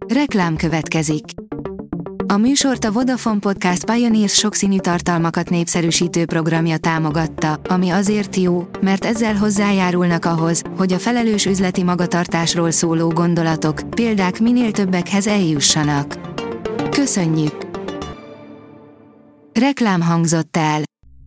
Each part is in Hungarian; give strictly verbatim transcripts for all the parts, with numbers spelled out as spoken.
Reklám következik. A műsort a Vodafone Podcast Pioneers sokszínű tartalmakat népszerűsítő programja támogatta, ami azért jó, mert ezzel hozzájárulnak ahhoz, hogy a felelős üzleti magatartásról szóló gondolatok, példák minél többekhez eljussanak. Köszönjük! Reklám hangzott el.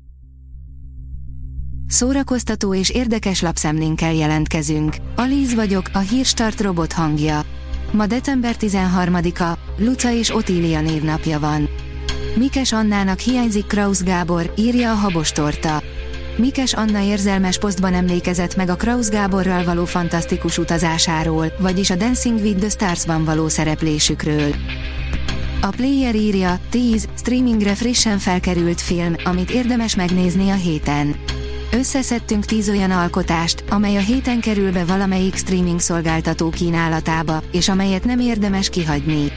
Szórakoztató és érdekes lapszemlénkkel jelentkezünk. Alíz vagyok, a Hírstart robot hangja. Ma december tizenharmadika, Luca és Otília névnapja van. Mikes Annának hiányzik Krausz Gábor, írja a Habostorta. Mikes Anna érzelmes posztban emlékezett meg a Krausz Gáborral való fantasztikus utazásáról, vagyis a Dancing with the Stars-ban való szereplésükről. A Player írja, tíz streamingre frissen felkerült film, amit érdemes megnézni a héten. Összeszedtünk tíz olyan alkotást, amely a héten kerül be valamelyik streaming szolgáltató kínálatába, és amelyet nem érdemes kihagyni.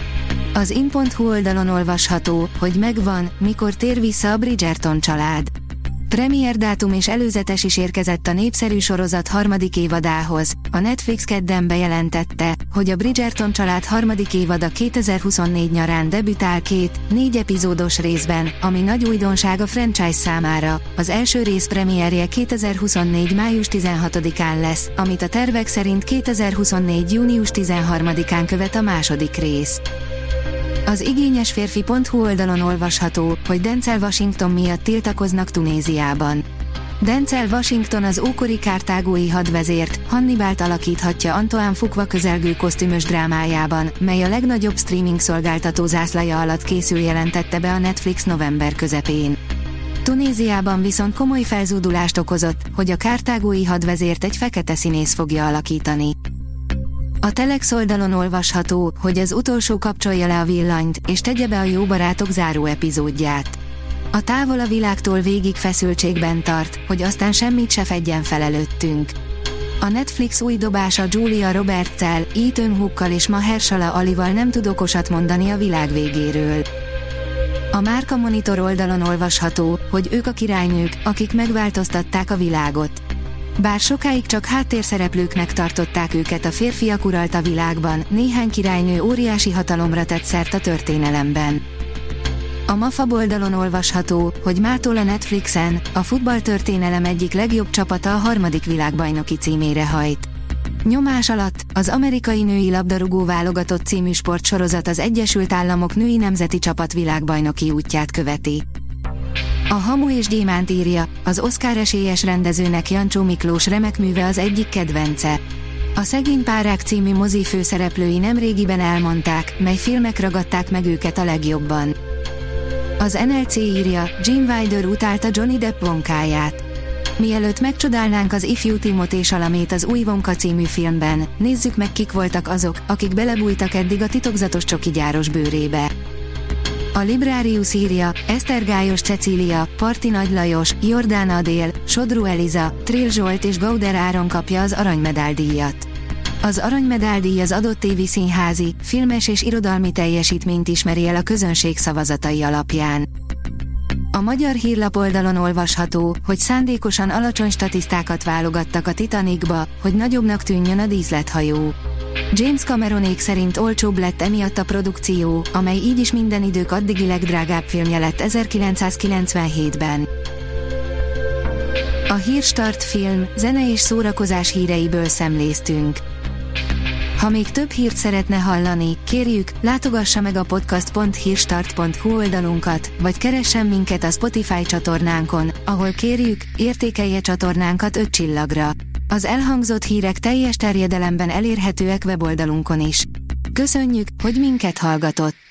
Az in pont hu oldalon olvasható, hogy megvan, mikor tér vissza a Bridgerton család. Premier dátum és előzetes is érkezett a népszerű sorozat harmadik évadához. A Netflix kedden bejelentette, hogy a Bridgerton család harmadik évada kétezer-huszonnégy nyarán debütál két, négy epizódos részben, ami nagy újdonság a franchise számára. Az első rész premierje kétezer-huszonnégy május tizenhatodikán lesz, amit a tervek szerint kétezer-huszonnégy június tizenharmadikán követ a második rész. Az igényesférfi pont hu oldalon olvasható, hogy Denzel Washington miatt tiltakoznak Tunéziában. Denzel Washington az ókori kartágói hadvezért, Hannibalt alakíthatja Antoine Fuqua közelgő kosztümös drámájában, mely a legnagyobb streaming szolgáltató zászlaja alatt készül, jelentette be a Netflix november közepén. Tunéziában viszont komoly felzúdulást okozott, hogy a kartágói hadvezért egy fekete színész fogja alakítani. A Telex oldalon olvasható, hogy az utolsó kapcsolja le a villanyt, és tegye be a Jó barátok záró epizódját. A távol a világtól végig feszültségben tart, hogy aztán semmit se fedjen fel előttünk. A Netflix új dobása Julia Roberts-el, Ethan Hawke-kal és Mahershala Alival nem tud okosat mondani a világ végéről. A Márka Monitor oldalon olvasható, hogy ők a királynők, akik megváltoztatták a világot. Bár sokáig csak háttérszereplőknek tartották őket, a férfiak uralta világban, néhány királynő óriási hatalomra tett szert a történelemben. A Mafab oldalon olvasható, hogy mától a Netflixen, a futballtörténelem egyik legjobb csapata a harmadik világbajnoki címére hajt. Nyomás alatt az amerikai női labdarúgó válogatott című sportsorozat az Egyesült Államok női nemzeti csapat világbajnoki útját követi. A Hamu és Gyémánt írja, az Oscar esélyes rendezőnek Jancsó Miklós remek műve az egyik kedvence. A Szegény párák című mozi főszereplői nemrégiben elmondták, mely filmek ragadták meg őket a legjobban. Az en el cé írja, Jim Wilder utálta Johnny Depp Wonkáját. Mielőtt megcsodálnánk az ifjú Timothée Chalamet az új Wonka című filmben, nézzük meg, kik voltak azok, akik belebújtak eddig a titokzatos csokigyáros bőrébe. A Librarius írja, Esztergályos Cecília, Parti Nagy Lajos, Jordán Adél, Sodrú Eliza, Trill Zsolt és Gauder Áron kapja az aranymedál-díjat. Az aranymedál-díj az adott évi színházi, filmes és irodalmi teljesítményt ismeri el a közönség szavazatai alapján. A Magyar Hírlap oldalon olvasható, hogy szándékosan alacsony statisztákat válogattak a Titanicba, hogy nagyobbnak tűnjön a díszlethajó. James Cameronék szerint olcsóbb lett emiatt a produkció, amely így is minden idők addigi legdrágább filmje lett ezerkilencszázkilencvenhétben. A Hírstart film, zene és szórakozás híreiből szemléztünk. Ha még több hírt szeretne hallani, kérjük, látogassa meg a podcast pont hírstart pont hu oldalunkat, vagy keressen minket a Spotify csatornánkon, ahol kérjük, értékelje csatornánkat öt csillagra. Az elhangzott hírek teljes terjedelemben elérhetőek weboldalunkon is. Köszönjük, hogy minket hallgatott!